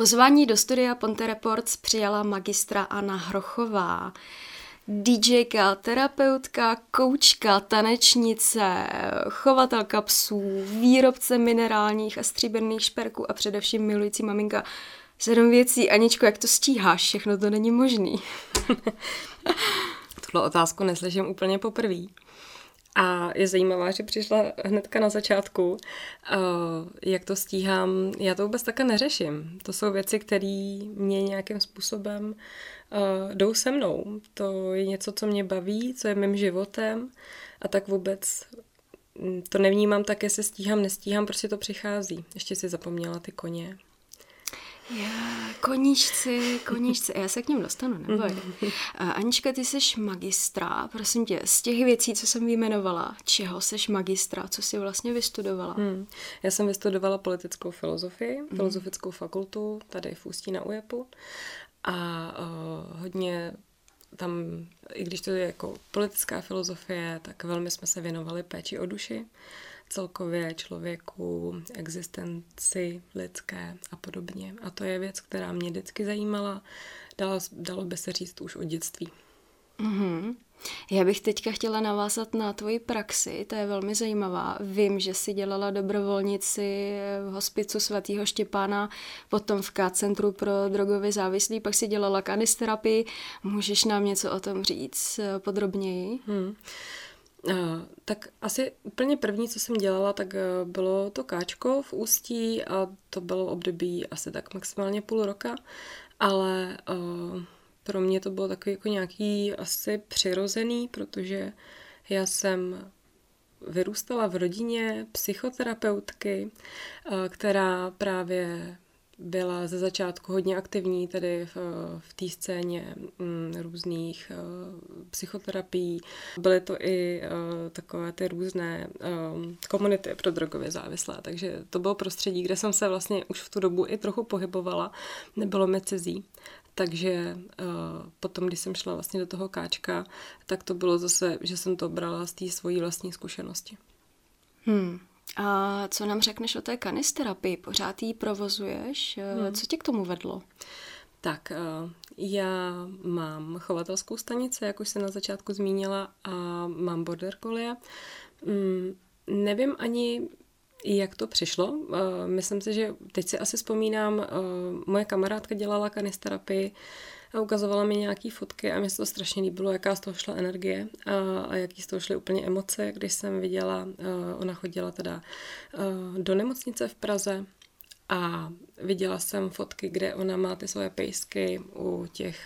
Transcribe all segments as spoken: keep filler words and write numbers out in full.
Pozvání do studia Ponte Reports přijala magistra Anna Hrochová, DJka, terapeutka, koučka, tanečnice, chovatelka psů, výrobce minerálních a stříbrných šperků a především milující maminka. Sedm věcí. Aničko, jak to stíháš? Všechno to není možný. Tuhle otázku neslyším úplně poprvé. A je zajímavá, že přišla hnedka na začátku. Uh, jak to stíhám, já to vůbec také neřeším. To jsou věci, které mě nějakým způsobem uh, jdou se mnou. To je něco, co mě baví, co je mým životem a tak vůbec to nevnímám tak, jestli stíhám, nestíhám, prostě to přichází. Ještě si zapomněla ty koně. Já, koníčci, koníčci, já se k ním dostanu, neboj. Anička, ty jsi magistra, prosím tě, z těch věcí, co jsem vyjmenovala, čeho jsi magistra, co jsi vlastně vystudovala? Hmm. Já jsem vystudovala politickou filozofii, hmm. filozofickou fakultu tady v Ústí na Ujepu a uh, hodně tam, i když to je jako politická filozofie, tak velmi jsme se věnovali péči o duši, celkově člověku, existenci lidské a podobně. A to je věc, která mě vždycky zajímala. Dalo, dalo by se říct už od dětství. Mm-hmm. Já bych teďka chtěla navázat na tvoji praxi, to je velmi zajímavá. Vím, že jsi dělala dobrovolnici v hospicu svatého Štěpána, potom v K-centru pro drogově závislí, pak si dělala kanisterapii. Můžeš nám něco o tom říct podrobněji? Hmm. Uh, tak asi úplně první, co jsem dělala, tak uh, bylo to káčko v Ústí a to bylo období asi tak maximálně půl roka, ale uh, pro mě to bylo takový jako nějaký asi přirozený, protože já jsem vyrůstala v rodině psychoterapeutky, uh, která právě byla ze začátku hodně aktivní tady v, v té scéně m, různých uh, psychoterapií. Byly to i uh, takové ty různé um, komunity pro drogově závislé, takže to bylo prostředí, kde jsem se vlastně už v tu dobu i trochu pohybovala, nebylo mi cizí. Takže uh, potom, když jsem šla vlastně do toho káčka, tak to bylo zase, že jsem to brala z té svojí vlastní zkušenosti. Hmm. A co nám řekneš o té kanisterapii? Pořád ji provozuješ? Hmm. Co tě k tomu vedlo? Tak, já mám chovatelskou stanici, jak už jsem na začátku zmínila, a mám border collie. Nevím ani, jak to přišlo. Myslím si, že teď si asi vzpomínám, moje kamarádka dělala kanisterapii a ukazovala mi nějaký fotky a mě se to strašně líbilo, jaká z toho šla energie a, a jaký z toho šly úplně emoce, když jsem viděla, uh, ona chodila teda uh, do nemocnice v Praze a viděla jsem fotky, kde ona má ty svoje pejsky u těch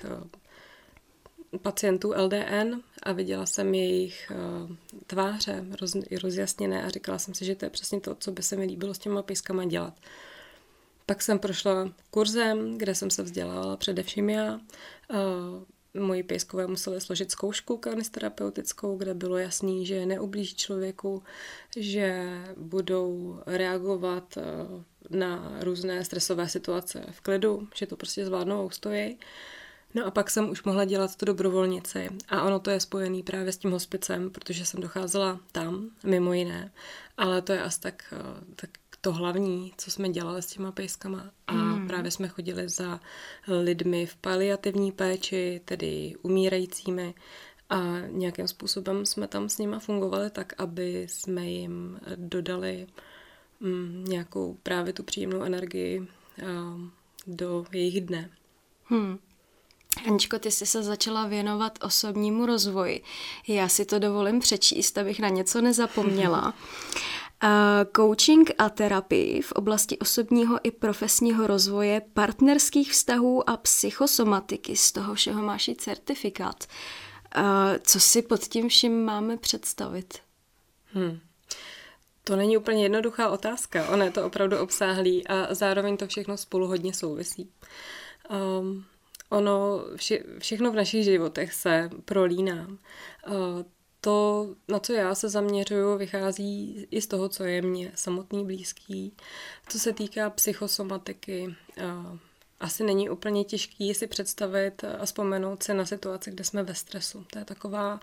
uh, pacientů L D N a viděla jsem jejich uh, tváře roz, rozjasněné a říkala jsem si, že to je přesně to, co by se mi líbilo s těma pejskama dělat. Pak jsem prošla kurzem, kde jsem se vzdělávala především já. Moji pejskové museli složit zkoušku kanisterapeutickou, kde bylo jasný, že neublíží člověku, že budou reagovat na různé stresové situace v klidu, že to prostě zvládnou a ustojí. No a pak jsem už mohla dělat tu dobrovolnici a ono to je spojený právě s tím hospicem, protože jsem docházela tam, mimo jiné, ale to je asi tak, tak to hlavní, co jsme dělali s těma pejskama a hmm. právě jsme chodili za lidmi v paliativní péči, tedy umírajícími a nějakým způsobem jsme tam s nima fungovali tak, aby jsme jim dodali mm, nějakou právě tu příjemnou energii uh, do jejich dne. Hmm. Aničko, ty jsi se začala věnovat osobnímu rozvoji. Já si to dovolím přečíst, abych na něco nezapomněla. Uh, coaching a terapii v oblasti osobního i profesního rozvoje, partnerských vztahů a psychosomatiky. Z toho všeho máš i certifikát. Uh, co si pod tím vším máme představit? Hmm. To není úplně jednoduchá otázka. Ono je to opravdu obsáhlý a zároveň to všechno spolu hodně souvisí. Um, ono, vše, všechno v našich životech se prolíná. Uh, To, na co já se zaměřuju, vychází i z toho, co je mně samotný blízký. Co se týká psychosomatiky, asi není úplně těžký si představit a vzpomenout se na situaci, kde jsme ve stresu. To je taková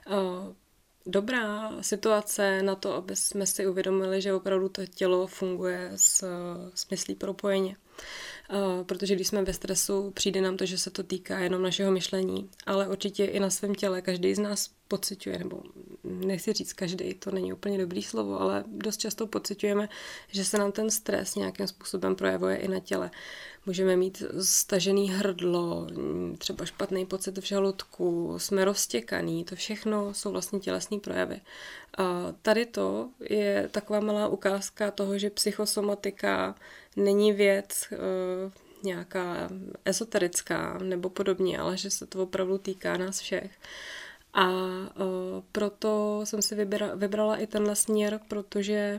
dobrá situace na to, aby jsme si uvědomili, že opravdu to tělo funguje s, s myslí propojeně. Uh, protože když jsme ve stresu, přijde nám to, že se to týká jenom našeho myšlení, ale určitě i na svém těle každý z nás pociťuje, nebo nechci říct každý, to není úplně dobrý slovo, ale dost často pociťujeme, že se nám ten stres nějakým způsobem projevuje i na těle. Můžeme mít stažený hrdlo, třeba špatný pocit v žaludku, jsme roztěkaný, to všechno jsou vlastně tělesní projevy. A tady to je taková malá ukázka toho, že psychosomatika není věc e, nějaká ezoterická nebo podobně, ale že se to opravdu týká nás všech. A e, proto jsem si vybra, vybrala i tenhle směr, protože e,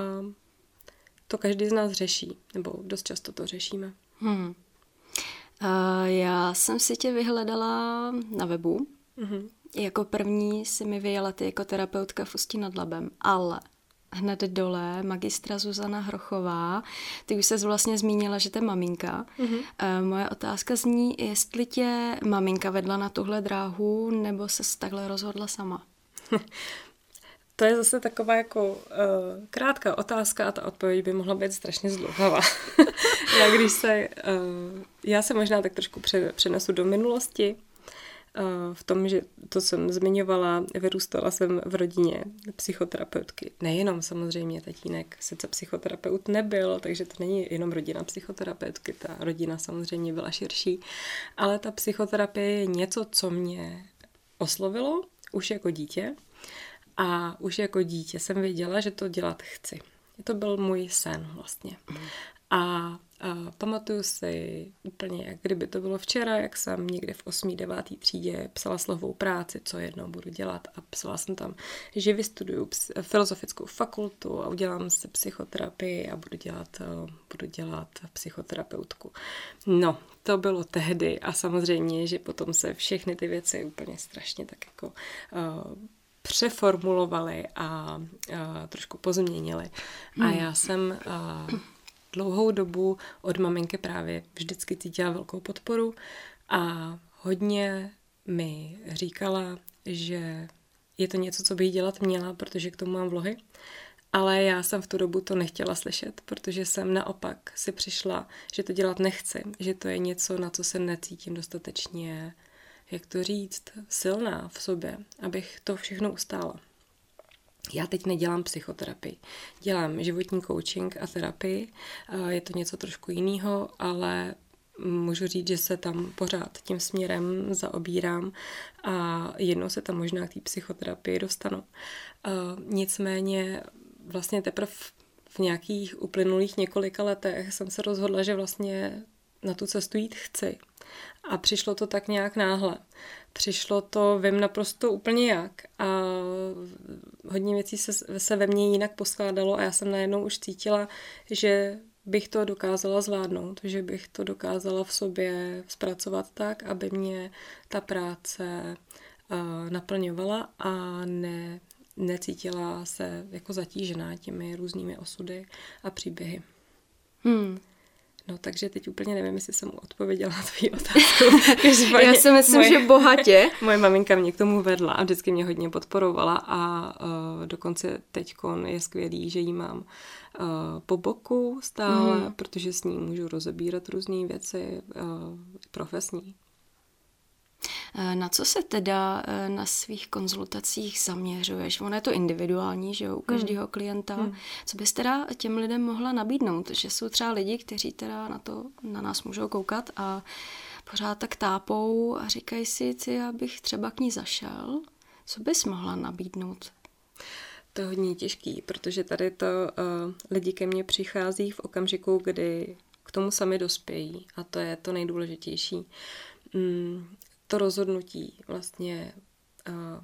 to každý z nás řeší, nebo dost často to řešíme. Hmm. Uh, já jsem si tě vyhledala na webu. Mm-hmm. Jako první si mi vyjela ty jako terapeutka v Ústí nad Labem, ale hned dole magistra Zuzana Hrochová, ty už ses vlastně zmínila, že to je maminka. Mm-hmm. Uh, moje otázka zní, jestli tě maminka vedla na tuhle dráhu, nebo ses takhle rozhodla sama? To je zase taková jako uh, krátká otázka a ta odpověď by mohla být strašně zdlouhavá. já, když se, uh, já se možná tak trošku pře, přenesu do minulosti, uh, v tom, že to jsem zmiňovala, vyrůstala jsem v rodině psychoterapeutky. Nejenom samozřejmě, tatínek sice psychoterapeut nebyl, takže to není jenom rodina psychoterapeutky, ta rodina samozřejmě byla širší, ale ta psychoterapie je něco, co mě oslovilo už jako dítě. A už jako dítě jsem věděla, že to dělat chci. To byl můj sen vlastně. A, a pamatuju si úplně, jak kdyby to bylo včera, jak jsem někde v osmý, devátý třídě psala slovou práci, co jednou budu dělat. A psala jsem tam, že vystuduju filozofickou fakultu a udělám si psychoterapii a budu dělat, budu dělat psychoterapeutku. No, to bylo tehdy a samozřejmě, že potom se všechny ty věci úplně strašně tak jako uh, přeformulovali a, a trošku pozměnili. A já jsem a, dlouhou dobu od maminky právě vždycky cítila velkou podporu a hodně mi říkala, že je to něco, co bych dělat měla, protože k tomu mám vlohy. Ale já jsem v tu dobu to nechtěla slyšet, protože jsem naopak si přišla, že to dělat nechci, že to je něco, na co se necítím dostatečně, jak to říct, silná v sobě, abych to všechno ustála. Já teď nedělám psychoterapii, dělám životní coaching a terapii, je to něco trošku jiného, ale můžu říct, že se tam pořád tím směrem zaobírám a jednou se tam možná k té psychoterapii dostanu. Nicméně vlastně teprve v nějakých uplynulých několika letech jsem se rozhodla, že vlastně na tu cestu jít chci. A přišlo to tak nějak náhle. Přišlo to, vím naprosto úplně jak. A hodně věcí se, se ve mně jinak poskládalo a já jsem najednou už cítila, že bych to dokázala zvládnout, že bych to dokázala v sobě zpracovat tak, aby mě ta práce uh, naplňovala a ne, necítila se jako zatížená těmi různými osudy a příběhy. Hmm. No, takže teď úplně nevím, jestli jsem mu odpověděla na tvou otázku. Já si myslím, moje, že bohatě. Moje maminka mě k tomu vedla a vždycky mě hodně podporovala a uh, dokonce teďkon je skvělý, že jí mám uh, po boku stále, mm. protože s ní můžu rozebírat různé věci uh, profesní. Na co se teda na svých konzultacích zaměřuješ? Ono je to individuální, že jo, u každého hmm. klienta. Hmm. Co bys teda těm lidem mohla nabídnout? Že jsou třeba lidi, kteří teda na to, na nás můžou koukat a pořád tak tápou a říkají si, ty, já bych třeba k ní zašel. Co bys mohla nabídnout? To je hodně těžký, protože tady to uh, lidi ke mně přichází v okamžiku, kdy k tomu sami dospějí a to je to nejdůležitější. Mm. To rozhodnutí vlastně, uh,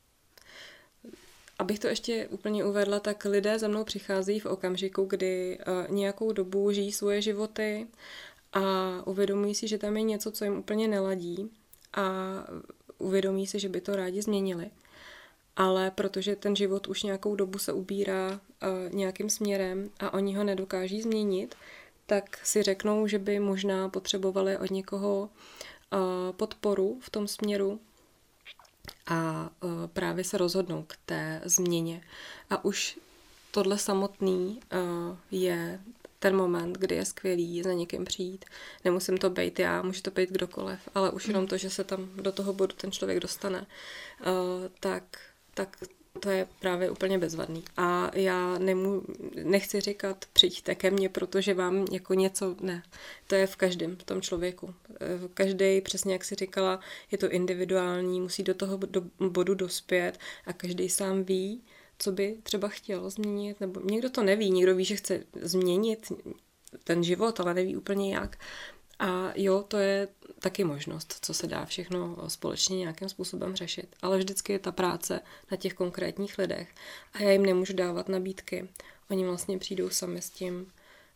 abych to ještě úplně uvedla, tak lidé za mnou přichází v okamžiku, kdy uh, nějakou dobu žijí svoje životy a uvědomují si, že tam je něco, co jim úplně neladí a uvědomí si, že by to rádi změnili. Ale protože ten život už nějakou dobu se ubírá uh, nějakým směrem a oni ho nedokáží změnit, tak si řeknou, že by možná potřebovali od někoho podporu v tom směru a právě se rozhodnou k té změně. A už tohle samotný je ten moment, kdy je skvělý za někým přijít. Nemusím to být já, může to být kdokoliv, ale už jenom to, že se tam do toho bodu ten člověk dostane, uh, tak, tak to je právě úplně bezvadný. A já nemů, nechci říkat, přijďte ke mně, protože vám jako něco, ne. To je v každém tom člověku. Každý, přesně jak jsi říkala, je to individuální, musí do toho do, bodu dospět a každý sám ví, co by třeba chtěl změnit, nebo někdo to neví, někdo ví, že chce změnit ten život, ale neví úplně jak. A jo, to je taky možnost, co se dá všechno společně nějakým způsobem řešit. Ale vždycky je ta práce na těch konkrétních lidech. A já jim nemůžu dávat nabídky. Oni vlastně přijdou sami s tím,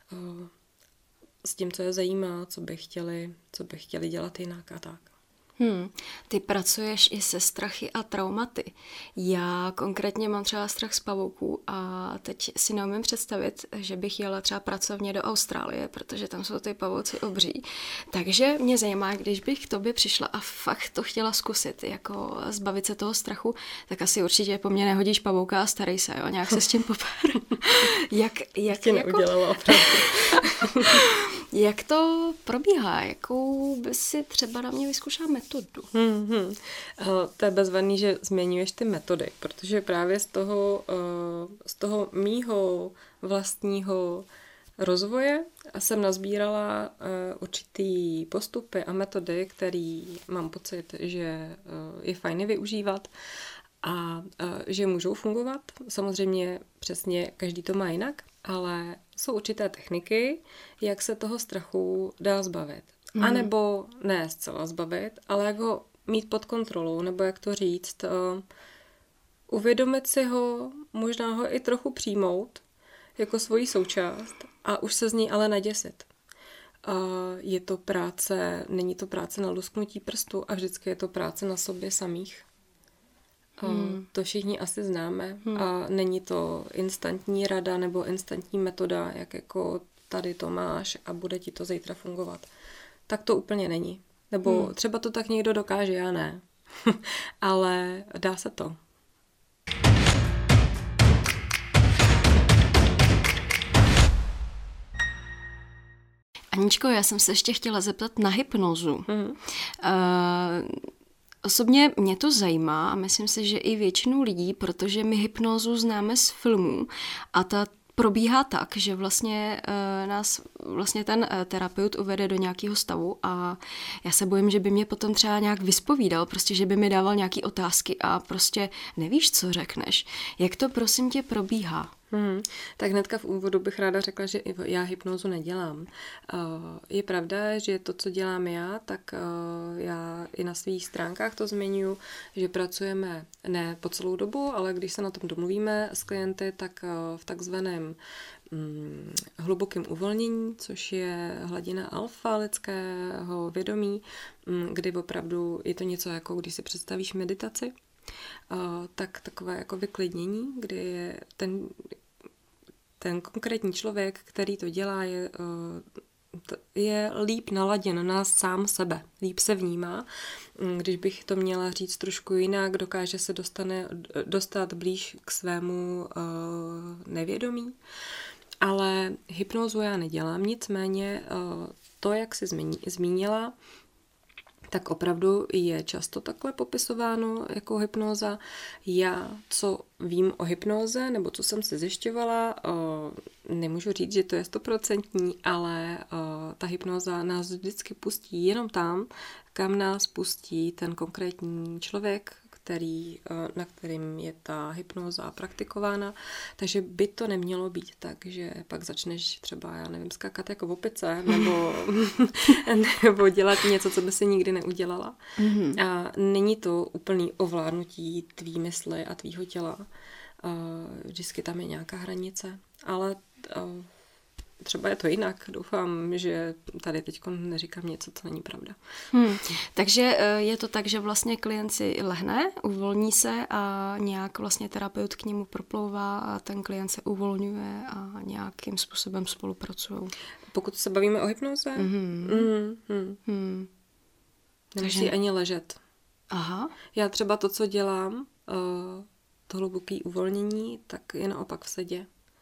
s tím, co je zajímá, co by chtěli, co by chtěli dělat jinak a tak. Hmm. Ty pracuješ i se strachy a traumaty. Já konkrétně mám třeba strach z pavouků a teď si neumím představit, že bych jela třeba pracovně do Austrálie, protože tam jsou ty pavouci obří. Takže mě zajímá, když bych k tobě přišla a fakt to chtěla zkusit, jako zbavit se toho strachu, tak asi určitě po mně nehodíš pavouka a starej se, jo, nějak se s tím popár. jak, jak, Tě jako... neudělala opravdu. Jak to probíhá? Jakou by si třeba na mě vyzkoušela metodu? Hmm, hmm. To je bezvadný, že zmiňuješ ty metody, protože právě z toho, z toho mýho vlastního rozvoje jsem nazbírala určitý postupy a metody, které mám pocit, že je fajn využívat a že můžou fungovat. Samozřejmě přesně každý to má jinak, ale jsou určité techniky, jak se toho strachu dá zbavit. Mm. A nebo ne zcela zbavit, ale jak ho mít pod kontrolou, nebo jak to říct, uh, uvědomit si ho, možná ho i trochu přijmout jako svoji součást a už se z ní ale naděsit. Uh, je to práce, není to práce na lusknutí prstu a vždycky je to práce na sobě samých. Hmm. To všichni asi známe hmm. a není to instantní rada nebo instantní metoda, jak jako tady to máš a bude ti to zítra fungovat. Tak to úplně není. Nebo hmm. třeba to tak někdo dokáže, já ne. Ale dá se to. Aničko, já jsem se ještě chtěla zeptat na hypnozu. Hmm. Uh, Osobně mě to zajímá a myslím si, že i většinu lidí, protože my hypnózu známe z filmů a ta probíhá tak, že vlastně uh, nás vlastně ten uh, terapeut uvede do nějakého stavu a já se bojím, že by mě potom třeba nějak vyspovídal, prostě, že by mi dával nějaké otázky a prostě nevíš, co řekneš. Jak to prosím tě probíhá? Hmm. Tak hnedka v úvodu bych ráda řekla, že já hypnózu nedělám. Je pravda, že to, co dělám já, tak já i na svých stránkách to zmiňuji, že pracujeme ne po celou dobu, ale když se na tom domluvíme s klienty, tak v takzvaném hm, hlubokém uvolnění, což je hladina alfa lidského vědomí, hm, kdy opravdu je to něco jako, když si představíš meditaci, Uh, tak takové jako vyklidnění, kdy je ten, ten konkrétní člověk, který to dělá, je, uh, je líp naladěn na sám sebe, líp se vnímá. Když bych to měla říct trošku jinak, dokáže se dostane, dostat blíž k svému uh, nevědomí. Ale hypnózu já nedělám, nicméně uh, to, jak jsi zmínila, tak opravdu je často takhle popisováno jako hypnóza. Já, co vím o hypnóze, nebo co jsem si zjišťovala, nemůžu říct, že to je stoprocentní, ale ta hypnóza nás vždycky pustí jenom tam, kam nás pustí ten konkrétní člověk, který, na kterým je ta hypnóza praktikována. Takže by to nemělo být tak, že pak začneš třeba, já nevím, skákat jako v opice, nebo, nebo dělat něco, co by si nikdy neudělala. Mm-hmm. A není to úplný ovládnutí tvý mysli a tvýho těla. Vždycky tam je nějaká hranice, ale třeba je to jinak. Doufám, že tady teď neříkám něco, co není pravda. Hmm. Takže je to tak, že vlastně klient si lehne, uvolní se a nějak vlastně terapeut k němu proplouvá a ten klient se uvolňuje a nějakým způsobem spolupracují. Pokud se bavíme o hypnoze, mm-hmm. mm-hmm. Hmm. nemusí Takže... ani ležet. Aha. Já třeba to, co dělám, to hluboké uvolnění, tak je naopak v sedě.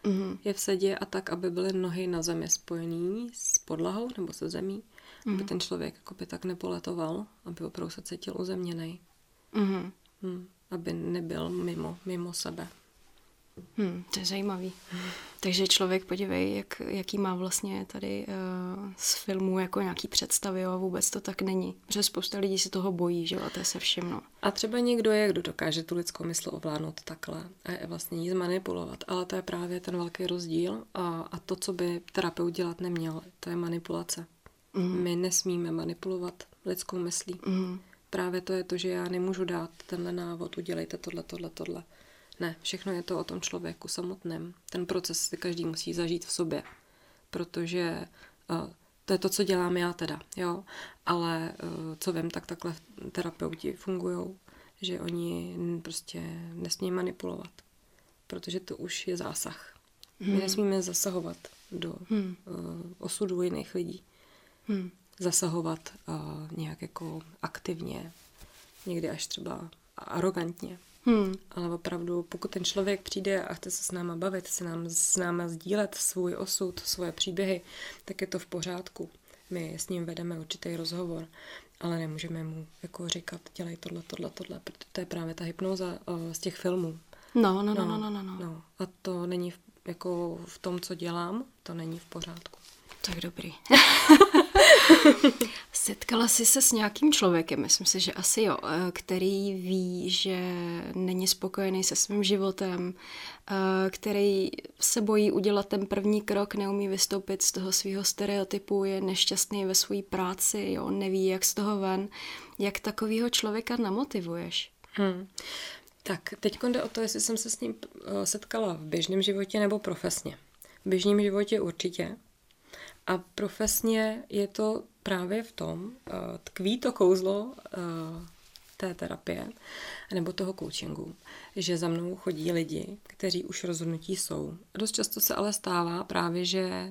Mm. je v sedě a tak, aby byly nohy na zemi spojený s podlahou nebo se zemí, mm. aby ten člověk jakoby tak nepoletoval, aby opravdu se cítil uzemněnej. Mm. Hmm. Aby nebyl mimo, mimo sebe. Hmm, to je zajímavý. Hmm. Takže člověk, podívej, jak, jaký má vlastně tady uh, z filmu jako nějaký představy a vůbec to tak není. Protože spousta lidí se toho bojí, že jo, a to je se vším, no. A třeba někdo je, kdo dokáže tu lidskou mysl ovládnout takhle a je vlastně jí zmanipulovat, ale to je právě ten velký rozdíl a, a to, co by terapeut dělat neměl, to je manipulace. Hmm. My nesmíme manipulovat lidskou myslí. Hmm. Právě to je to, že já nemůžu dát tenhle návod, udělejte tohle, tohle, tohle. Ne, všechno je to o tom člověku samotném. Ten proces si každý musí zažít v sobě, protože uh, to je to, co dělám já teda, jo. Ale uh, co vím, tak takhle terapeuti fungujou, že oni prostě nesmí manipulovat, protože to už je zásah. Hmm. My nesmíme zasahovat do hmm. uh, osudu jiných lidí. Hmm. Zasahovat uh, nějak jako aktivně, někdy až třeba arrogantně. Hmm. Ale opravdu, pokud ten člověk přijde a chce se s náma bavit, se nám s náma sdílet svůj osud, svoje příběhy, tak je to v pořádku. My s ním vedeme určitý rozhovor, ale nemůžeme mu jako říkat, dělej tohle, tohle, tohle, protože to je právě ta hypnóza uh, z těch filmů. No, no, no, no, no, no, no. no. A to není v, jako v tom, co dělám, to není v pořádku. Tak dobrý. Setkala jsi se s nějakým člověkem, myslím si, že asi jo, který ví, že není spokojený se svým životem, který se bojí udělat ten první krok, neumí vystoupit z toho svého stereotypu, je nešťastný ve své práci, jo, neví, jak z toho ven. Jak takového člověka namotivuješ? Hmm. Tak, teď jde o to, jestli jsem se s ním setkala v běžném životě nebo profesně. V běžném životě určitě. A profesně je to právě v tom, tkví to kouzlo té terapie nebo toho coachingu, že za mnou chodí lidi, kteří už rozhodnutí jsou. Dost často se ale stává právě, že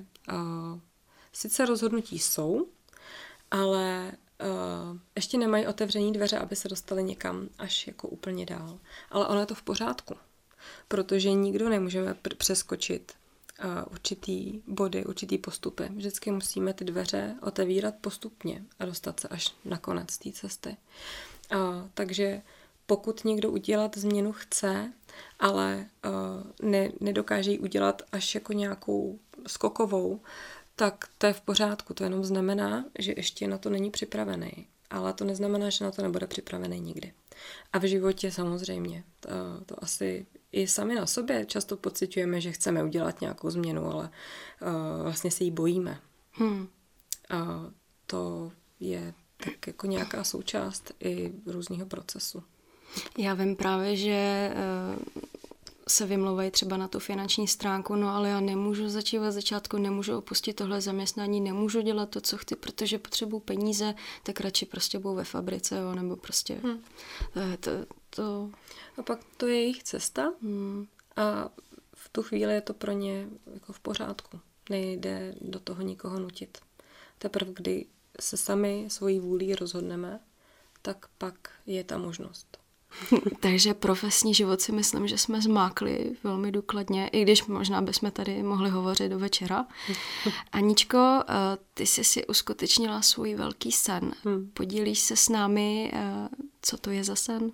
sice rozhodnutí jsou, ale ještě nemají otevřený dveře, aby se dostali někam až jako úplně dál. Ale ono je to v pořádku, protože nikdo nemůžeme pr- přeskočit určitý body, určitý postupy. Vždycky musíme ty dveře otevírat postupně a dostat se až na konec té cesty. A, takže pokud někdo udělat změnu chce, ale a, ne, nedokáže ji udělat až jako nějakou skokovou, tak to je v pořádku. To jenom znamená, že ještě na to není připravený. Ale to neznamená, že na to nebude připravený nikdy. A v životě samozřejmě. To, to asi i sami na sobě často pociťujeme, že chceme udělat nějakou změnu, ale uh, vlastně se jí bojíme. Hmm. A to je tak jako nějaká součást i různého procesu. Já vím právě, že uh, se vymlouvají třeba na tu finanční stránku, no ale já nemůžu začít od začátku, nemůžu opustit tohle zaměstnání, nemůžu dělat to, co chci, protože potřebuji peníze, tak radši prostě budu ve fabrice, jo, nebo prostě hmm. to, to... A pak to je jejich cesta hmm. a v tu chvíli je to pro ně jako v pořádku. Nejde do toho nikoho nutit. Teprve, kdy se sami svojí vůlí rozhodneme, tak pak je ta možnost. Takže profesní život si myslím, že jsme zmákli velmi důkladně, i když možná bychom tady mohli hovořit do večera. Aničko, ty jsi si uskutečnila svůj velký sen. Podílíš se s námi, co to je za sen?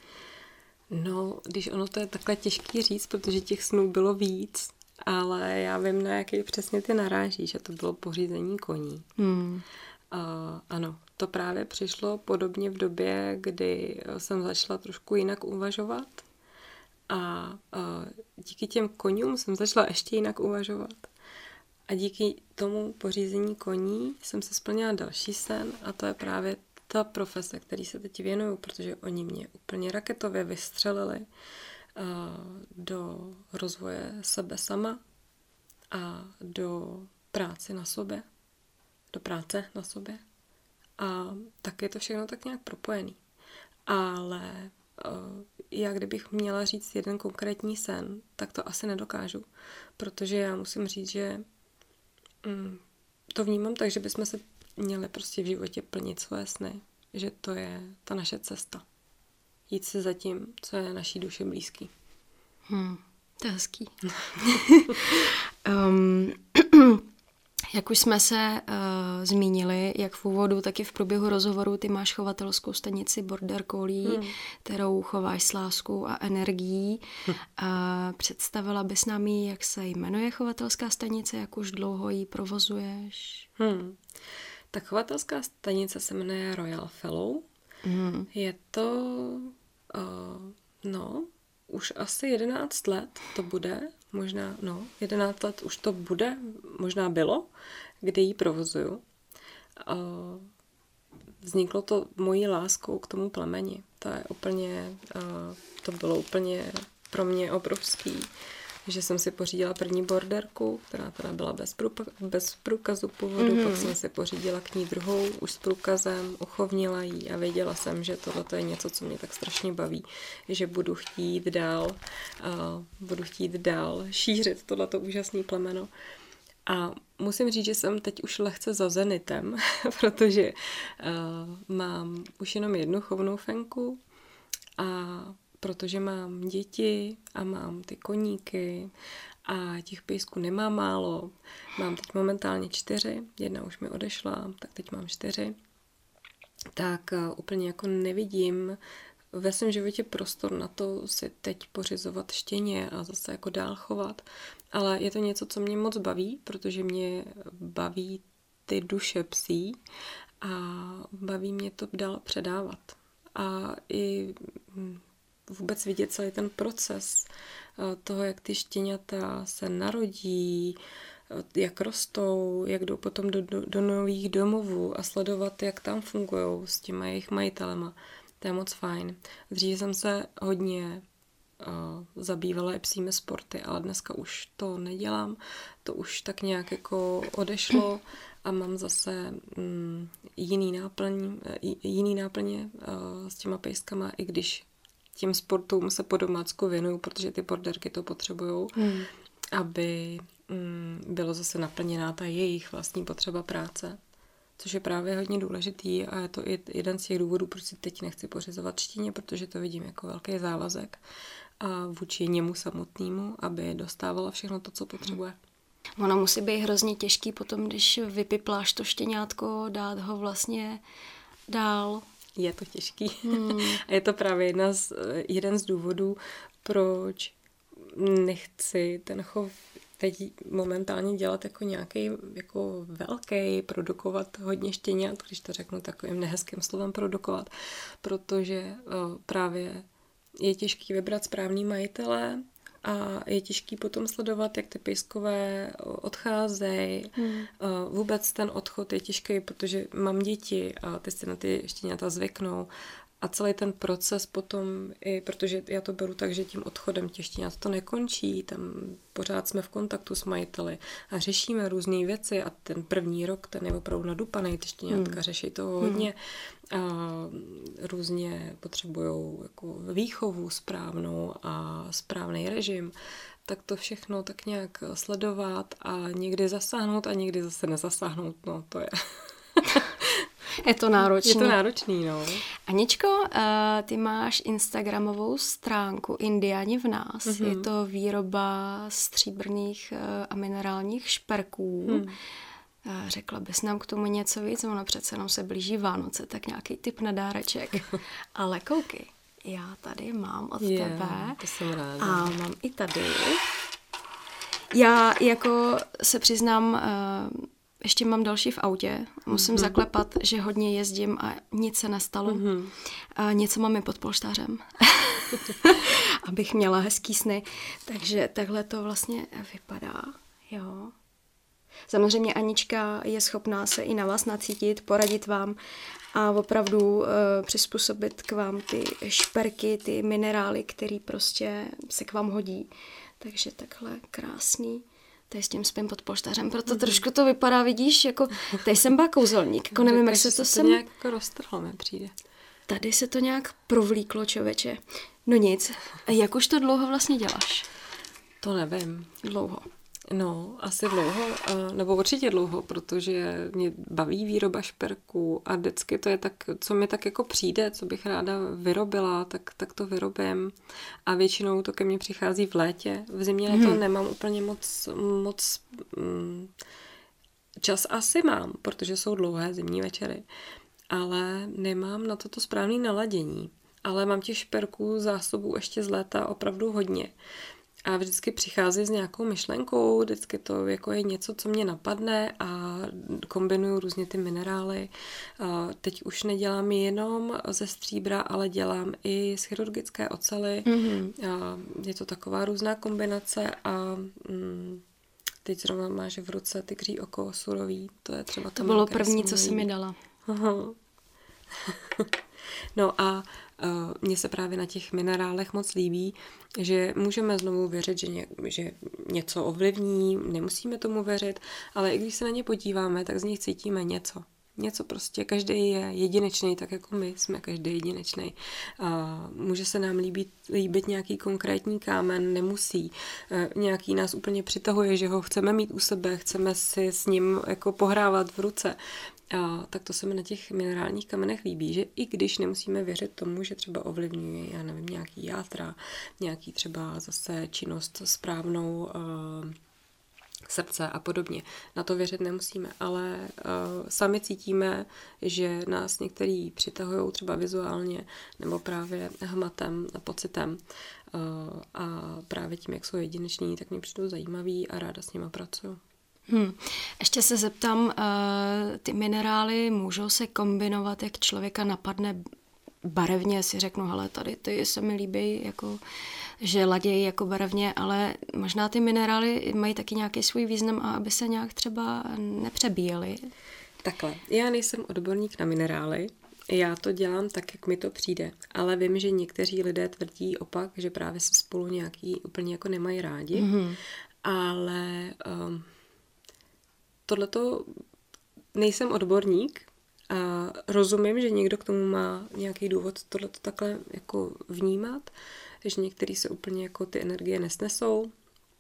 No, když ono to je takhle těžký říct, protože těch snů bylo víc, ale já vím, na jaký přesně ty narážíš, že to bylo pořízení koní. Hmm. Uh, ano, to právě přišlo podobně v době, kdy jsem začala trošku jinak uvažovat a uh, díky těm koňům jsem začala ještě jinak uvažovat. A díky tomu pořízení koní jsem se splnila další sen a to je právě ta profese, který se teď věnuju, protože oni mě úplně raketově vystřelili uh, do rozvoje sebe sama a do práce na sobě. do práce na sobě. A tak je to všechno tak nějak propojený. Ale uh, já kdybych měla říct jeden konkrétní sen, tak to asi nedokážu. Protože já musím říct, že um, to vnímám tak, že bychom se měli prostě v životě plnit svoje sny. Že to je ta naše cesta. Jít si za tím, co je naší duši blízký. Hmm. To je hezký. um, jak už jsme se uh, zmínili, jak v úvodu, tak i v průběhu rozhovoru, ty máš chovatelskou stanici Border Collie, hmm. kterou chováš s láskou a energií. Hmm. Uh, představila bys nám jí, jak se jmenuje chovatelská stanice, jak už dlouho ji provozuješ? Hmm. Tak chovatelská stanice se jmenuje Royal Fellow. Hmm. Je to, uh, no, už asi jedenáct let to bude, možná, no, jedenáct let už to bude, možná bylo, kdy ji provozuju. Uh, vzniklo to mojí láskou k tomu plemeni. To je úplně, uh, to bylo úplně pro mě obrovský, že jsem si pořídila první borderku, která teda byla bez, průpa, bez průkazu původu, mm-hmm. pak jsem si pořídila k ní druhou už s průkazem, uchovnila ji a věděla jsem, že tohle je něco, co mě tak strašně baví, že budu chtít dál, uh, budu chtít dál šířit tohleto úžasné plemeno. A musím říct, že jsem teď už lehce za zenitem, protože uh, mám už jenom jednu chovnou fenku a protože mám děti a mám ty koníky a těch pejsků nemám málo. Mám teď momentálně čtyři, jedna už mi odešla, tak teď mám čtyři. Tak uh, úplně jako nevidím ve svém životě prostor na to si teď pořizovat štěně a zase jako dál chovat. Ale je to něco, co mě moc baví, protože mě baví ty duše psí a baví mě to dál předávat. A i vůbec vidět celý ten proces toho, jak ty štěňata se narodí, jak rostou, jak jdou potom do, do, do nových domovů a sledovat, jak tam fungují s těma jejich majitelema. To je moc fajn. Dříve jsem se hodně uh, zabývala i psími sporty, ale dneska už to nedělám. To už tak nějak jako odešlo a mám zase um, jiný náplň, jiný náplně uh, s těma pejskama, i když těm sportům se po domácku věnuju, protože ty borderky to potřebujou, hmm. aby um, bylo zase naplněná ta jejich vlastní potřeba práce. Což je právě hodně důležitý a je to i jeden z těch důvodů, proč si teď nechci pořizovat štíně, protože to vidím jako velký závazek a vůči němu samotnému, aby dostávala všechno to, co potřebuje. Ono musí být hrozně těžký potom, když vypipláš to štěňátko, dát ho vlastně dál. Je to těžký. Hmm. A je to právě jedna z, jeden z důvodů, proč nechci ten chov teď momentálně dělat jako nějaký jako velký, produkovat hodně štěňat, když to řeknu takovým nehezkým slovem produkovat, protože o, právě je těžký vybrat správný majitele a je těžký potom sledovat, jak ty pejskové odcházejí. Hmm. Vůbec ten odchod je těžký, protože mám děti a ty si na ty štěňata zvyknou. A celý ten proces potom, i protože já to beru tak, že tím odchodem těch štěňat to nekončí, tam pořád jsme v kontaktu s majiteli a řešíme různé věci a ten první rok, ten je opravdu nadupaný, ty štěňátka hmm. řeší toho hodně a různě potřebujou jako výchovu správnou a správný režim, tak to všechno tak nějak sledovat a někdy zasáhnout a někdy zase nezasáhnout, no to je... Je to náročný. Je to náročný, no. Aničko, ty máš instagramovou stránku Indiáni v nás. Mm-hmm. Je to výroba stříbrných a minerálních šperků. Mm. Řekla bys nám k tomu něco víc? Ono přece jenom se blíží Vánoce, tak nějaký tip na dáreček. Ale koukej, já tady mám od yeah, tebe. To jsem ráda. A mám i tady. Já jako se přiznám... Ještě mám další v autě. Musím mm-hmm. zaklepat, že hodně jezdím a nic se nestalo. Mm-hmm. A něco mám i pod polštářem. Abych měla hezký sny. Takže takhle to vlastně vypadá. Jo. Samozřejmě Anička je schopná se i na vás nacítit, poradit vám a opravdu uh, přizpůsobit k vám ty šperky, ty minerály, které prostě se k vám hodí. Takže takhle krásný. Tady s tím spím pod polštářem, proto mm-hmm. trošku to vypadá, vidíš, jako tady jsem byla kouzelník, jako nevím, jak se to, to sem... nějak jako roztrhlo, mi přijde. Tady se to nějak provlíklo, člověče. No nic, a jak už to dlouho vlastně děláš? To nevím. Dlouho. No, asi dlouho, nebo určitě dlouho, protože mě baví výroba šperků a vždycky to je tak, co mi tak jako přijde, co bych ráda vyrobila, tak, tak to vyrobím. A většinou to ke mně přichází v létě. V zimě hmm. to nemám úplně moc, moc mm, čas asi mám, protože jsou dlouhé zimní večery, ale nemám na to to správné naladění. Ale mám těch šperků zásobů ještě z léta opravdu hodně. A vždycky přichází s nějakou myšlenkou, vždycky to jako je něco, co mě napadne a kombinuju různě ty minerály. A teď už nedělám jenom ze stříbra, ale dělám i z chirurgické oceli. Mm-hmm. A je to taková různá kombinace a mm, teď zrovna máš v ruce tygří oko surový. To je třeba to bylo první, co jsi mi dala. Aha. No a uh, mně se právě na těch minerálech moc líbí, že můžeme znovu věřit, že, ně, že něco ovlivní, nemusíme tomu věřit, ale i když se na ně podíváme, tak z nich cítíme něco. Něco prostě, každý je jedinečný, tak jako my jsme každý jedinečný. Uh, může se nám líbit, líbit nějaký konkrétní kámen, nemusí. Uh, nějaký nás úplně přitahuje, že ho chceme mít u sebe, chceme si s ním jako pohrávat v ruce. A tak to se mi na těch minerálních kamenech líbí, že i když nemusíme věřit tomu, že třeba ovlivňuje, já nevím, nějaký játra, nějaký třeba zase činnost správnou uh, srdce a podobně. Na to věřit nemusíme, ale uh, sami cítíme, že nás některý přitahují třeba vizuálně nebo právě hmatem, pocitem uh, a právě tím, jak jsou jedineční, tak mě přijdou zajímavý a ráda s nima pracuju. Hmm. Ještě se zeptám, uh, ty minerály můžou se kombinovat, jak člověka napadne barevně, si řeknu, hele, tady ty se mi líbí, jako, že ladějí jako barevně, ale možná ty minerály mají taky nějaký svůj význam a aby se nějak třeba nepřebíjely. Takhle, já nejsem odborník na minerály, já to dělám tak, jak mi to přijde, ale vím, že někteří lidé tvrdí opak, že právě se spolu nějaký úplně jako nemají rádi, mm-hmm. ale... Um, tohleto nejsem odborník a rozumím, že někdo k tomu má nějaký důvod tohleto takhle jako vnímat, že některý se úplně jako ty energie nesnesou.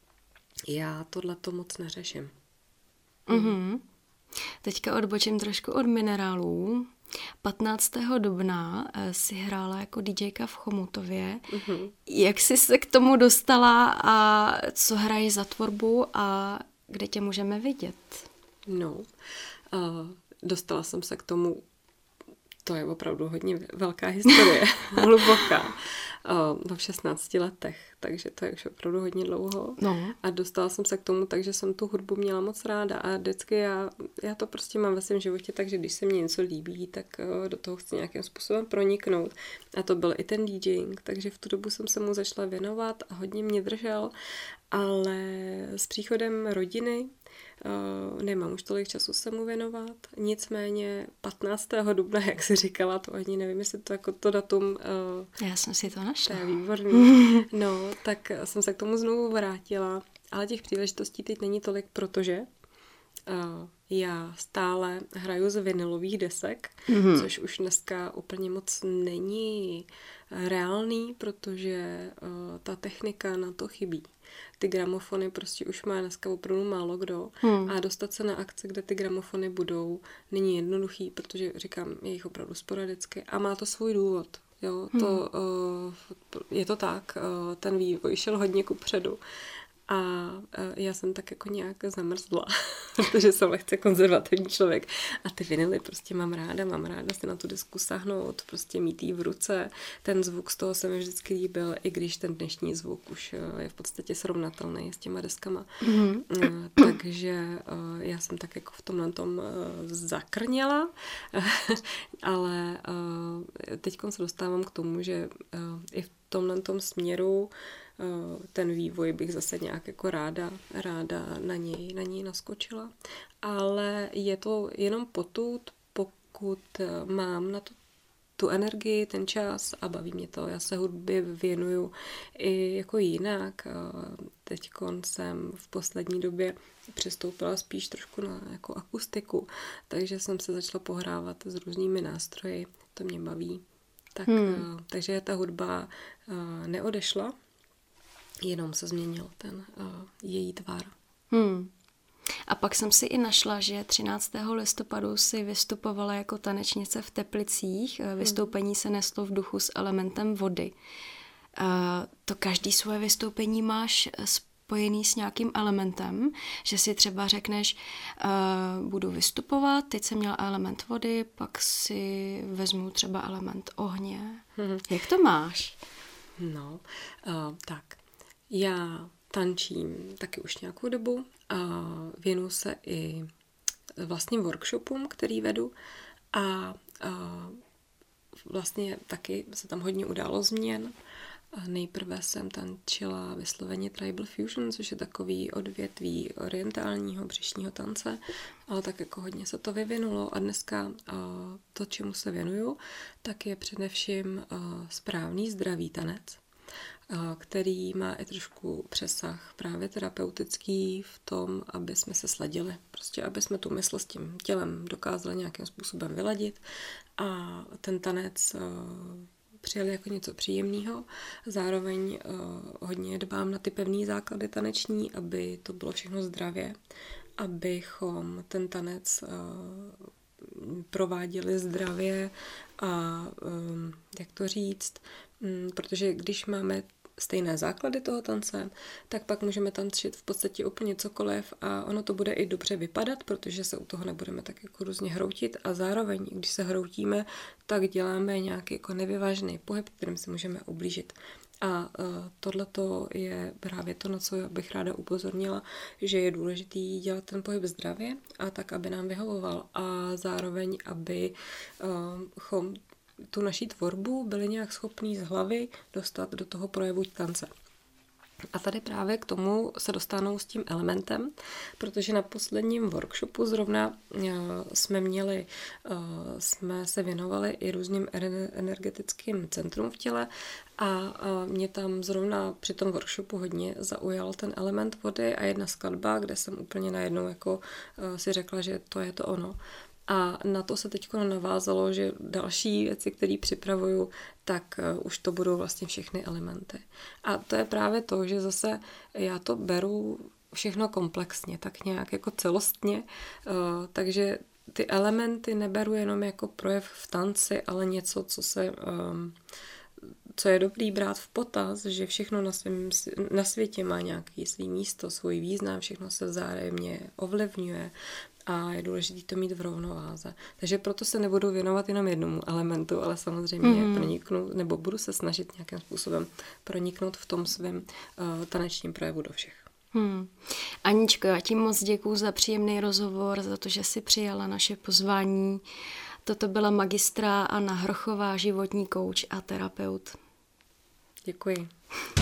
Já tohleto moc neřeším. Mm-hmm. Teďka odbočím trošku od minerálů. patnáctého dubna si hrála jako DJka v Chomutově. Mm-hmm. Jak jsi se k tomu dostala a co hrají za tvorbu a kde tě můžeme vidět? No, uh, dostala jsem se k tomu, to je opravdu hodně velká historie, hluboká, uh, v šestnácti letech, takže to je už opravdu hodně dlouho. No. A dostala jsem se k tomu, takže jsem tu hudbu měla moc ráda a vždycky já, já to prostě mám ve svém životě, takže když se mně něco líbí, tak uh, do toho chci nějakým způsobem proniknout. A to byl i ten DJing, takže v tu dobu jsem se mu začala věnovat a hodně mě držel, ale s příchodem rodiny Uh, nemám už tolik času se mu věnovat, nicméně patnáctého dubna, jak jsi říkala, to ani nevím, jestli to jako to datum... Uh, Já jsem si to našla. To je výborný. No, tak jsem se k tomu znovu vrátila, ale těch příležitostí teď není tolik, protože uh, já stále hraju z vinylových desek, mm-hmm. což už dneska úplně moc není reálný, protože uh, ta technika na to chybí. Ty gramofony prostě už má dneska opravdu málo kdo hmm. a dostat se na akce, kde ty gramofony budou, není jednoduchý, protože říkám, je jich opravdu sporadicky a má to svůj důvod. Jo, to, hmm. uh, je to tak, uh, ten vývoj šel hodně kupředu a uh, já jsem tak jako nějak zamrzla, protože jsem lehce konzervativní člověk a ty vinily prostě mám ráda, mám ráda si na tu desku sahnout, prostě mít jí v ruce, ten zvuk z toho se mi vždycky líbil, i když ten dnešní zvuk už uh, je v podstatě srovnatelný s těma deskama. Mm-hmm. Uh, takže uh, já jsem tak jako v tomhle tom uh, zakrněla, ale uh, teďkon se dostávám k tomu, že uh, i v tomhle tom směru ten vývoj bych zase nějak jako ráda, ráda na něj, na něj naskočila. Ale je to jenom potud, pokud mám na to tu energii, ten čas a baví mě to. Já se hudbě věnuju i jako jinak. Teďkon jsem v poslední době přistoupila spíš trošku na jako akustiku, takže jsem se začala pohrávat s různými nástroji. To mě baví. Tak, hmm. Takže ta hudba neodešla, jenom se změnil ten uh, její tvar. Hmm. A pak jsem si i našla, že třináctého listopadu si vystupovala jako tanečnice v Teplicích. Vystoupení se neslo v duchu s elementem vody. To každý svoje vystoupení máš spojený s nějakým elementem, že si třeba řekneš, uh, budu vystupovat, teď jsem měla element vody, pak si vezmu třeba element ohně. Hmm. Jak to máš? No, uh, tak já tančím taky už nějakou dobu a věnuju se i vlastním workshopům, který vedu a uh, vlastně taky se tam hodně událo změn. A nejprve jsem tančila vysloveně Tribal Fusion, což je takový odvětví orientálního břišního tance, ale tak jako hodně se to vyvinulo a dneska to, čemu se věnuju, tak je především správný zdravý tanec, který má i trošku přesah právě terapeutický v tom, aby jsme se sladili. Prostě aby jsme tu mysl s tím tělem dokázali nějakým způsobem vyladit a ten tanec přijali jako něco příjemného. Zároveň uh, hodně dbám na ty pevné základy taneční, aby to bylo všechno zdravě, abychom ten tanec uh, prováděli zdravě a um, jak to říct, um, protože když máme stejné základy toho tance, tak pak můžeme tančit v podstatě úplně cokoliv a ono to bude i dobře vypadat, protože se u toho nebudeme tak jako různě hroutit a zároveň, když se hroutíme, tak děláme nějaký jako nevyvážený pohyb, kterým si můžeme ublížit. A uh, tohleto je právě to, na co bych ráda upozornila, že je důležitý dělat ten pohyb zdravě a tak, aby nám vyhovoval a zároveň, aby uh, tu naší tvorbu byli nějak schopní z hlavy dostat do toho projevu tance. A tady právě k tomu se dostanou s tím elementem, protože na posledním workshopu zrovna jsme měli, jsme se věnovali i různým energetickým centrum v těle a mě tam zrovna při tom workshopu hodně zaujal ten element vody a jedna skladba, kde jsem úplně najednou jako si řekla, že to je to ono. A na to se teď navázalo, že další věci, které připravuju, tak už to budou vlastně všechny elementy. A to je právě to, že zase já to beru všechno komplexně, tak nějak jako celostně, takže ty elementy neberu jenom jako projev v tanci, ale něco, co se... co je dobrý brát v potaz, že všechno na, svém, na světě má nějaký svý místo, svůj význam, všechno se vzájemně ovlivňuje a je důležité to mít v rovnováze. Takže proto se nebudu věnovat jenom jednomu elementu, ale samozřejmě mm. proniknu, nebo budu se snažit nějakým způsobem proniknout v tom svém uh, tanečním projevu do všech. Hmm. Aničko, já ti moc děkuju za příjemný rozhovor, za to, že jsi přijala naše pozvání. Toto byla magistra Anna Hrochová, životní kouč a terapeut. Děkuji.